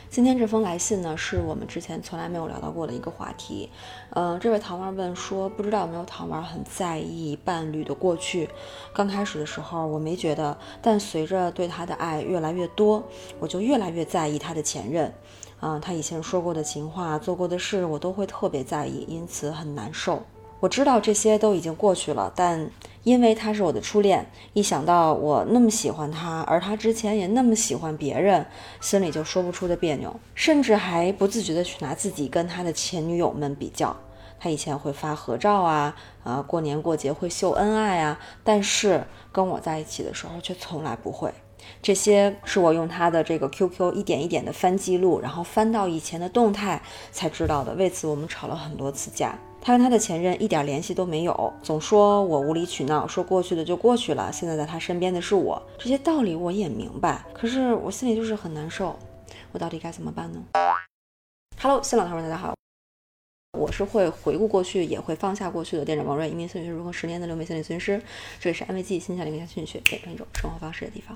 今天这封来信呢，是我们之前从来没有聊到过的一个话题。这位糖丸问说，不知道有没有糖丸很在意伴侣的过去。刚开始的时候我没觉得，但随着对他的爱越来越多，我就越来越在意他的前任。他以前说过的情话、做过的事，我都会特别在意，因此很难受。我知道这些都已经过去了，但因为他是我的初恋，一想到我那么喜欢他，而他之前也那么喜欢别人，心里就说不出的别扭，甚至还不自觉的去拿自己跟他的前女友们比较。他以前会发合照啊，过年过节会秀恩爱啊，但是跟我在一起的时候却从来不会。这些是我用他的这个 QQ 一点一点的翻记录，然后翻到以前的动态才知道的。为此我们吵了很多次架。他跟他的前任一点联系都没有，总说我无理取闹，说过去的就过去了，现在在他身边的是我。这些道理我也明白，可是我心里就是很难受，我到底该怎么办呢？ Hello， 新老糖人大家好，我是会回顾过去也会放下过去的店长王瑞，一名心理学如何10年的留美心理咨询师，这里是安慰剂心理学心理学变成一种生活方式的地方。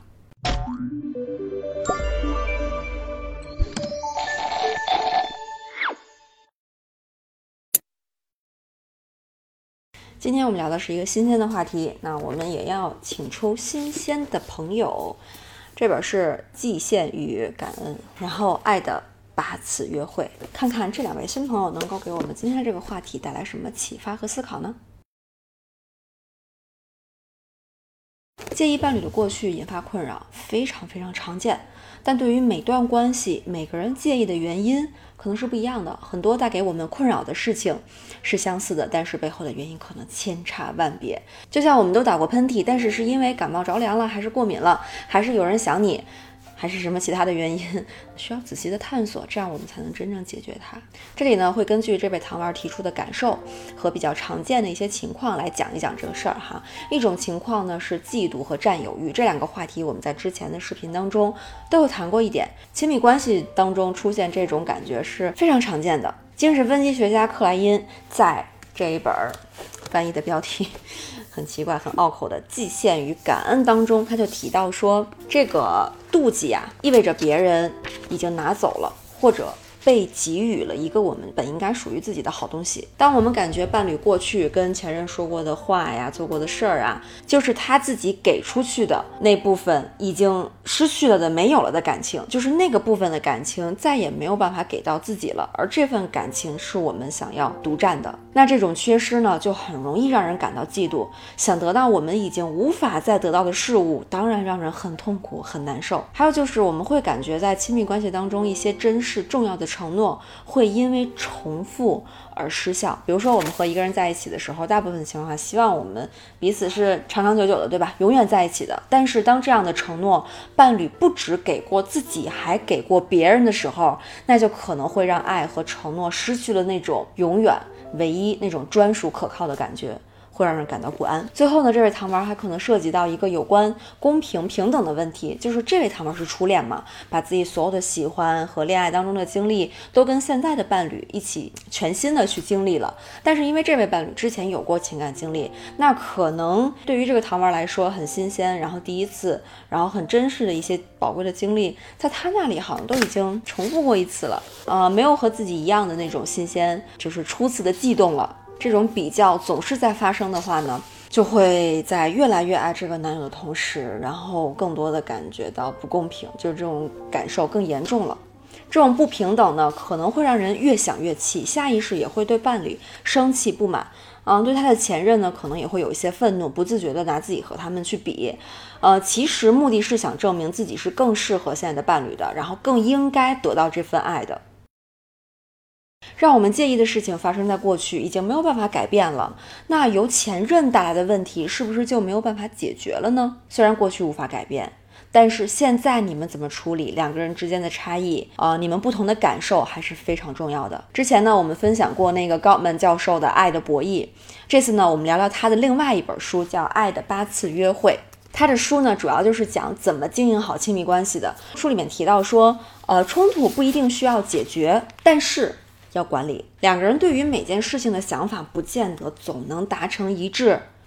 今天我们聊的是一个新鲜的话题，那我们也要请出新鲜的朋友。这本是《季羡与感恩》，然后爱的8次约会，看看这2位新朋友能够给我们今天这个话题带来什么启发和思考呢？介意伴侣的过去引发困扰非常非常常见，但对于每段关系，每个人介意的原因可能是不一样的。很多带给我们困扰的事情是相似的，但是背后的原因可能千差万别。就像我们都打过喷嚏，但是是因为感冒着凉了，还是过敏了，还是有人想你，还是什么其他的原因，需要仔细的探索，这样我们才能真正解决它。这里呢，会根据这位糖丸提出的感受和比较常见的一些情况来讲一讲这个事儿哈。一种情况呢是嫉妒和占有欲，这2个话题我们在之前的视频当中都有谈过一点。亲密关系当中出现这种感觉是非常常见的。精神分析学家克莱因在这一本翻译的标题很奇怪很拗口的《季羡与感恩》当中，他就提到说，这个妒忌啊，意味着别人已经拿走了，或者被给予了一个我们本应该属于自己的好东西。当我们感觉伴侣过去跟前任说过的话呀，做过的事儿啊，就是他自己给出去的那部分已经失去了的、没有了的感情，就是那个部分的感情再也没有办法给到自己了，而这份感情是我们想要独占的。那这种缺失呢，就很容易让人感到嫉妒，想得到我们已经无法再得到的事物，当然让人很痛苦、很难受。还有就是我们会感觉在亲密关系当中，一些珍视重要的承诺会因为重复而失效。比如说我们和一个人在一起的时候，大部分情况下希望我们彼此是长长久久的，对吧？永远在一起的。但是当这样的承诺伴侣不只给过自己，还给过别人的时候，那就可能会让爱和承诺失去了那种永远唯一那种专属可靠的感觉，会让人感到不安。最后呢，这位糖丸还可能涉及到一个有关公平平等的问题，就是这位糖丸是初恋嘛，把自己所有的喜欢和恋爱当中的经历都跟现在的伴侣一起全新的去经历了，但是因为这位伴侣之前有过情感经历，那可能对于这个糖丸来说很新鲜，然后第一次，然后很真实的一些宝贵的经历，在他那里好像都已经重复过一次了，没有和自己一样的那种新鲜，就是初次的悸动了。这种比较总是在发生的话呢，就会在越来越爱这个男友的同时，然后更多的感觉到不公平，就是这种感受更严重了。这种不平等呢，可能会让人越想越气，下意识也会对伴侣生气不满，对他的前任呢，可能也会有一些愤怒，不自觉的拿自己和他们去比，其实目的是想证明自己是更适合现在的伴侣的，然后更应该得到这份爱的。让我们介意的事情发生在过去，已经没有办法改变了，那由前任带来的问题是不是就没有办法解决了呢？虽然过去无法改变，但是现在你们怎么处理2个人之间的差异，你们不同的感受还是非常重要的。之前呢，我们分享过那个高曼教授的《爱的博弈》，这次呢，我们聊聊他的另外一本书，叫《爱的8次约会》。他的书呢，主要就是讲怎么经营好亲密关系的。书里面提到说，冲突不一定需要解决，但是要管理。2个人对于每件事情的想法不见得总能达成一致，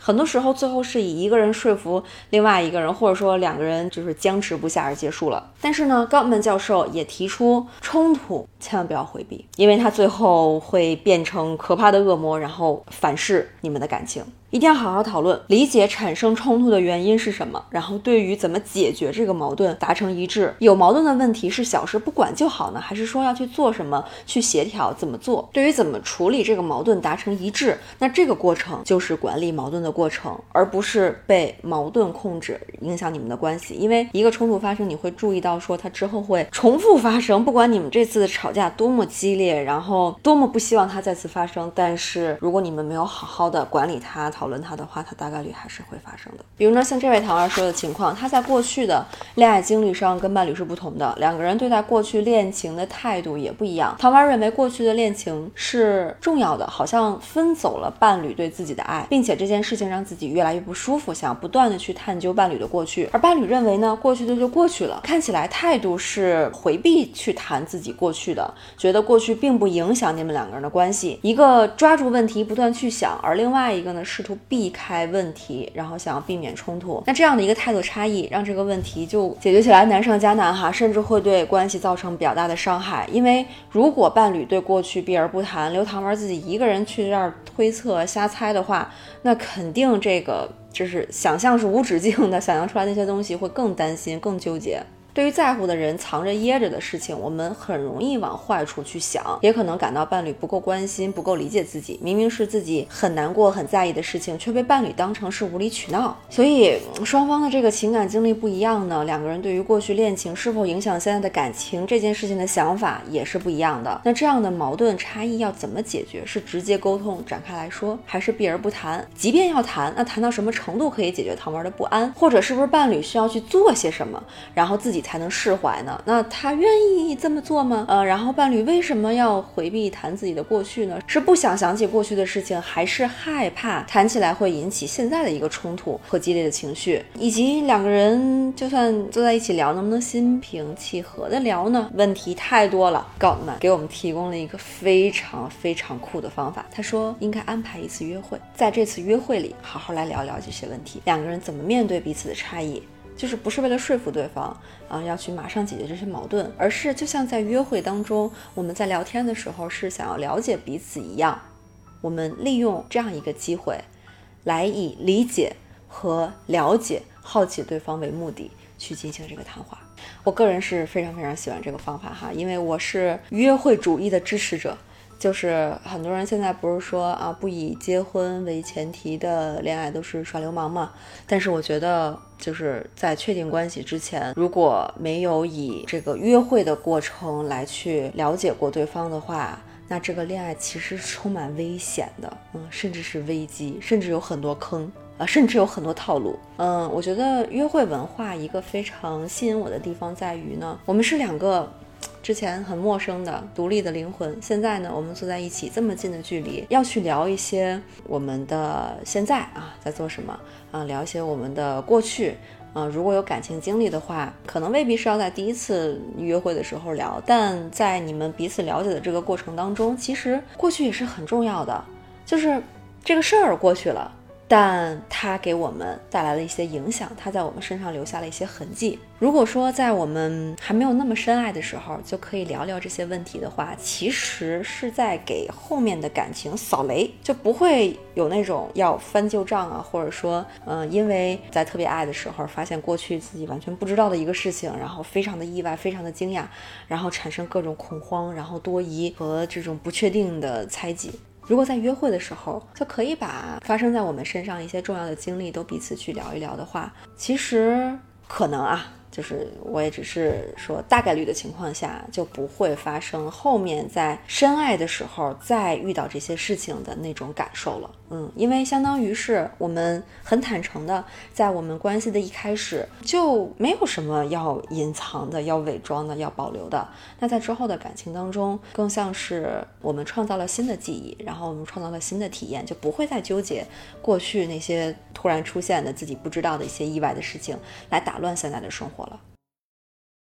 很多时候最后是以一个人说服另外一个人，或者说两个人就是僵持不下而结束了。但是呢，高曼教授也提出，冲突千万不要回避，因为它最后会变成可怕的恶魔，然后反噬你们的感情。一定要好好讨论，理解产生冲突的原因是什么，然后对于怎么解决这个矛盾达成一致。有矛盾的问题是小事不管就好呢，还是说要去做什么，去协调怎么做？对于怎么处理这个矛盾达成一致，那这个过程就是管理矛盾的过程，而不是被矛盾控制影响你们的关系。因为一个冲突发生，你会注意到说它之后会重复发生，不管你们这次的吵架多么激烈，然后多么不希望它再次发生，但是如果你们没有好好的管理它讨论它的话，它大概率还是会发生的。比如呢，像这位糖儿说的情况，他在过去的恋爱经历上跟伴侣是不同的，两个人对待过去恋情的态度也不一样。糖儿认为过去的恋情是重要的，好像分走了伴侣对自己的爱，并且这件事情让自己越来越不舒服，想不断的去探究伴侣的过去。而伴侣认为呢，过去的就过去了，看起来态度是回避去谈自己过去的，觉得过去并不影响你们两个人的关系。一个抓住问题不断去想，而另外一个呢，试图避开问题，然后想要避免冲突。那这样的一个态度差异，让这个问题就解决起来难上加难哈，甚至会对关系造成比较大的伤害。因为如果伴侣对过去避而不谈，留糖丸自己一个人去这儿推测瞎猜的话，那肯定这个就是想象是无止境的，想象出来那些东西会更担心更纠结。对于在乎的人藏着掖着的事情，我们很容易往坏处去想，也可能感到伴侣不够关心，不够理解自己。明明是自己很难过很在意的事情，却被伴侣当成是无理取闹。所以双方的这个情感经历不一样呢，两个人对于过去恋情是否影响现在的感情这件事情的想法也是不一样的。那这样的矛盾差异要怎么解决？是直接沟通展开来说，还是避而不谈？即便要谈，那谈到什么程度可以解决糖丸的不安？或者是不是伴侣需要去做些什么，然后自己才能释怀呢？那他愿意这么做吗？然后伴侣为什么要回避谈自己的过去呢？是不想想起过去的事情，还是害怕谈起来会引起现在的一个冲突和激烈的情绪？以及两个人就算坐在一起聊，能不能心平气和的聊呢？问题太多了。高曼给我们提供了一个非常非常酷的方法，他说应该安排一次约会，在这次约会里好好来聊聊这些问题，两个人怎么面对彼此的差异，就是不是为了说服对方要去马上解决这些矛盾，而是就像在约会当中我们在聊天的时候是想要了解彼此一样，我们利用这样一个机会来以理解和了解好奇对方为目的去进行这个谈话。我个人是非常非常喜欢这个方法哈，因为我是约会主义的支持者。就是很多人现在不是说不以结婚为前提的恋爱都是耍流氓嘛，但是我觉得就是在确定关系之前，如果没有以这个约会的过程来去了解过对方的话，那这个恋爱其实是充满危险的，甚至是危机，甚至有很多坑甚至有很多套路。我觉得约会文化一个非常吸引我的地方在于呢，我们是两个之前很陌生的独立的灵魂，现在呢我们坐在一起这么近的距离，要去聊一些我们的现在在做什么聊一些我们的过去如果有感情经历的话，可能未必是要在第一次约会的时候聊，但在你们彼此了解的这个过程当中，其实过去也是很重要的，就是这个事儿过去了，但它给我们带来了一些影响，它在我们身上留下了一些痕迹。如果说在我们还没有那么深爱的时候就可以聊聊这些问题的话，其实是在给后面的感情扫雷，就不会有那种要翻旧账或者说因为在特别爱的时候发现过去自己完全不知道的一个事情，然后非常的意外非常的惊讶，然后产生各种恐慌，然后多疑和这种不确定的猜忌。如果在约会的时候就可以把发生在我们身上一些重要的经历都彼此去聊一聊的话，其实可能就是我也只是说大概率的情况下就不会发生后面在深爱的时候再遇到这些事情的那种感受了。因为相当于是我们很坦诚的在我们关系的一开始就没有什么要隐藏的要伪装的要保留的，那在之后的感情当中更像是我们创造了新的记忆，然后我们创造了新的体验，就不会再纠结过去那些突然出现的自己不知道的一些意外的事情来打乱现在的生活了。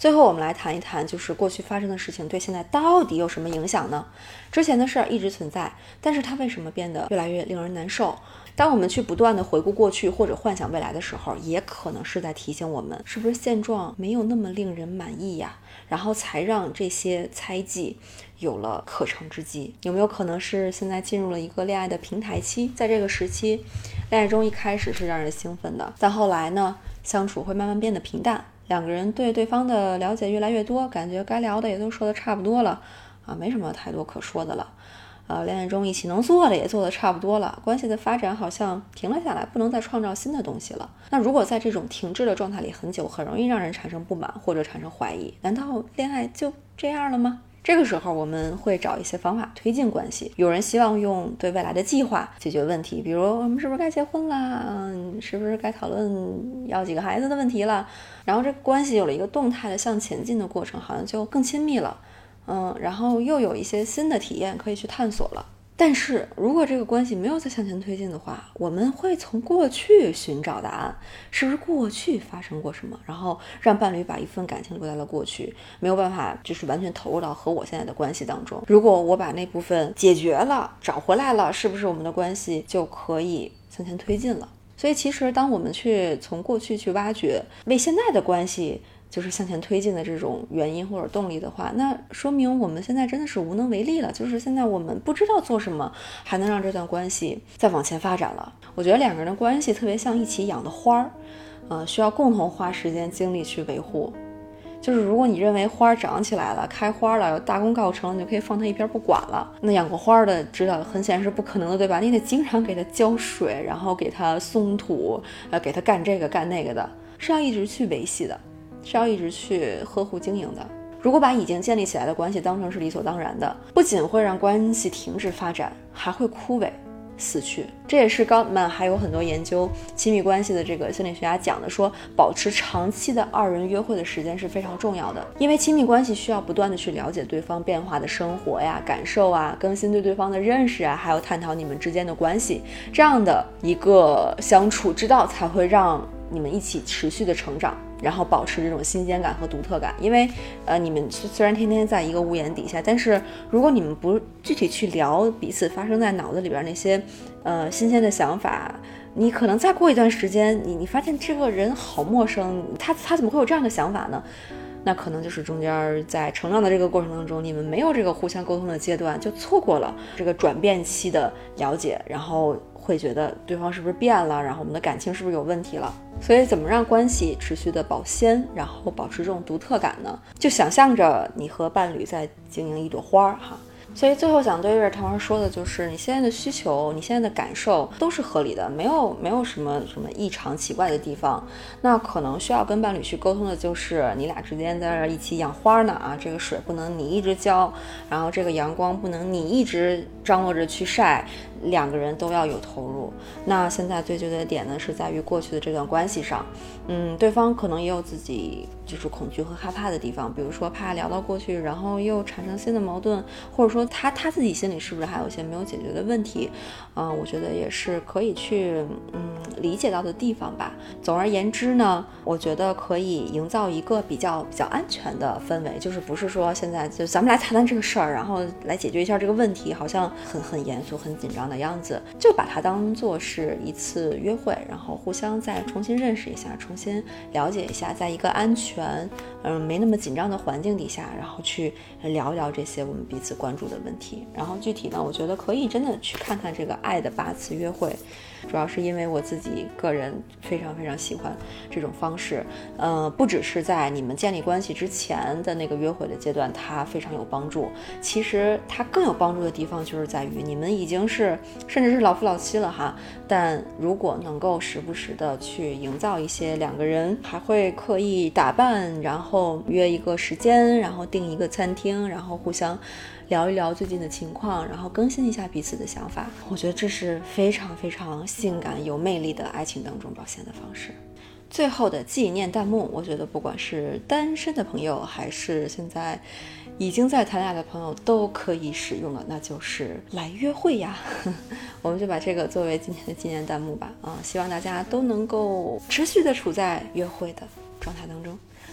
最后我们来谈一谈，就是过去发生的事情对现在到底有什么影响呢？之前的事儿一直存在，但是它为什么变得越来越令人难受？当我们去不断的回顾过去或者幻想未来的时候，也可能是在提醒我们，是不是现状没有那么令人满意呀？然后才让这些猜忌有了可乘之机。有没有可能是现在进入了一个恋爱的平台期？在这个时期，恋爱中一开始是让人兴奋的，但后来呢，相处会慢慢变得平淡，两个人对对方的了解越来越多，感觉该聊的也都说的差不多了没什么太多可说的了。恋爱中一起能做的也做的差不多了，关系的发展好像停了下来，不能再创造新的东西了。那如果在这种停滞的状态里很久，很容易让人产生不满或者产生怀疑，难道恋爱就这样了吗？这个时候我们会找一些方法推进关系。有人希望用对未来的计划解决问题，比如我们是不是该结婚啦，是不是该讨论要几个孩子的问题了，然后这个关系有了一个动态的向前进的过程，好像就更亲密了。然后又有一些新的体验可以去探索了。但是如果这个关系没有再向前推进的话，我们会从过去寻找答案，是不是过去发生过什么，然后让伴侣把一份感情留在了过去，没有办法就是完全投入到和我现在的关系当中。如果我把那部分解决了，找回来了，是不是我们的关系就可以向前推进了？所以其实当我们去从过去去挖掘为现在的关系就是向前推进的这种原因或者动力的话，那说明我们现在真的是无能为力了，就是现在我们不知道做什么还能让这段关系再往前发展了。我觉得两个人的关系特别像一起养的花需要共同花时间精力去维护。就是如果你认为花长起来了，开花了，有大功告成，你就可以放它一边不管了，那养过花的知道很显然是不可能的，对吧？你得经常给它浇水，然后给它松土，给它干这个干那个的，是要一直去维系的，是要一直去呵护经营的。如果把已经建立起来的关系当成是理所当然的，不仅会让关系停滞发展，还会枯萎死去。这也是高曼还有很多研究亲密关系的这个心理学家讲的，说保持长期的二人约会的时间是非常重要的，因为亲密关系需要不断的去了解对方变化的生活呀、感受啊，更新对对方的认识啊，还有探讨你们之间的关系，这样的一个相处之道才会让你们一起持续的成长，然后保持这种新鲜感和独特感。因为你们虽然天天在一个屋檐底下，但是如果你们不具体去聊彼此发生在脑子里边那些新鲜的想法，你可能再过一段时间，你发现这个人好陌生，他怎么会有这样的想法呢？那可能就是中间在成长的这个过程当中，你们没有这个互相沟通的阶段，就错过了这个转变期的了解，然后会觉得对方是不是变了，然后我们的感情是不是有问题了。所以怎么让关系持续的保鲜，然后保持这种独特感呢？就想象着你和伴侣在经营一朵花哈。所以最后想对月糖儿说的就是，你现在的需求，你现在的感受都是合理的，没有什么异常奇怪的地方。那可能需要跟伴侣去沟通的就是，你俩之间在这一起养花呢啊，这个水不能你一直浇，然后这个阳光不能你一直张罗着去晒，两个人都要有投入。那现在最纠结的点呢，是在于过去的这段关系上，对方可能也有自己就是恐惧和害怕的地方，比如说怕聊到过去，然后又产生新的矛盾，或者说他自己心里是不是还有一些没有解决的问题，我觉得也是可以去理解到的地方吧。总而言之呢，我觉得可以营造一个比较安全的氛围，就是不是说现在就咱们来谈谈这个事儿，然后来解决一下这个问题，好像很严肃很紧张的样子，就把它当做是一次约会，然后互相再重新认识一下，重新了解一下，在一个安全没那么紧张的环境底下，然后去聊一聊这些我们彼此关注的问题。然后具体呢，我觉得可以真的去看看这个爱的8次约会，主要是因为我自己个人非常喜欢这种方式，不只是在你们建立关系之前的那个约会的阶段它非常有帮助，其实它更有帮助的地方就是在于你们已经是甚至是老夫老妻了哈，但如果能够时不时的去营造一些两个人还会刻意打扮，然后约一个时间，然后订一个餐厅，然后互相聊一聊最近的情况，然后更新一下彼此的想法，我觉得这是非常性感有魅力的爱情当中表现的方式。最后的纪念弹幕，我觉得不管是单身的朋友还是现在已经在谈恋爱的朋友都可以使用的，那就是来约会呀我们就把这个作为今天的纪念弹幕吧希望大家都能够持续的处在约会的状态当中。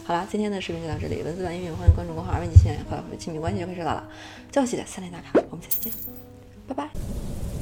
好了，今天的视频就到这里，文字版音频欢迎关注公号2问极限和亲密关系就可以收到了。最后记得3连打卡，我们下期见，拜拜。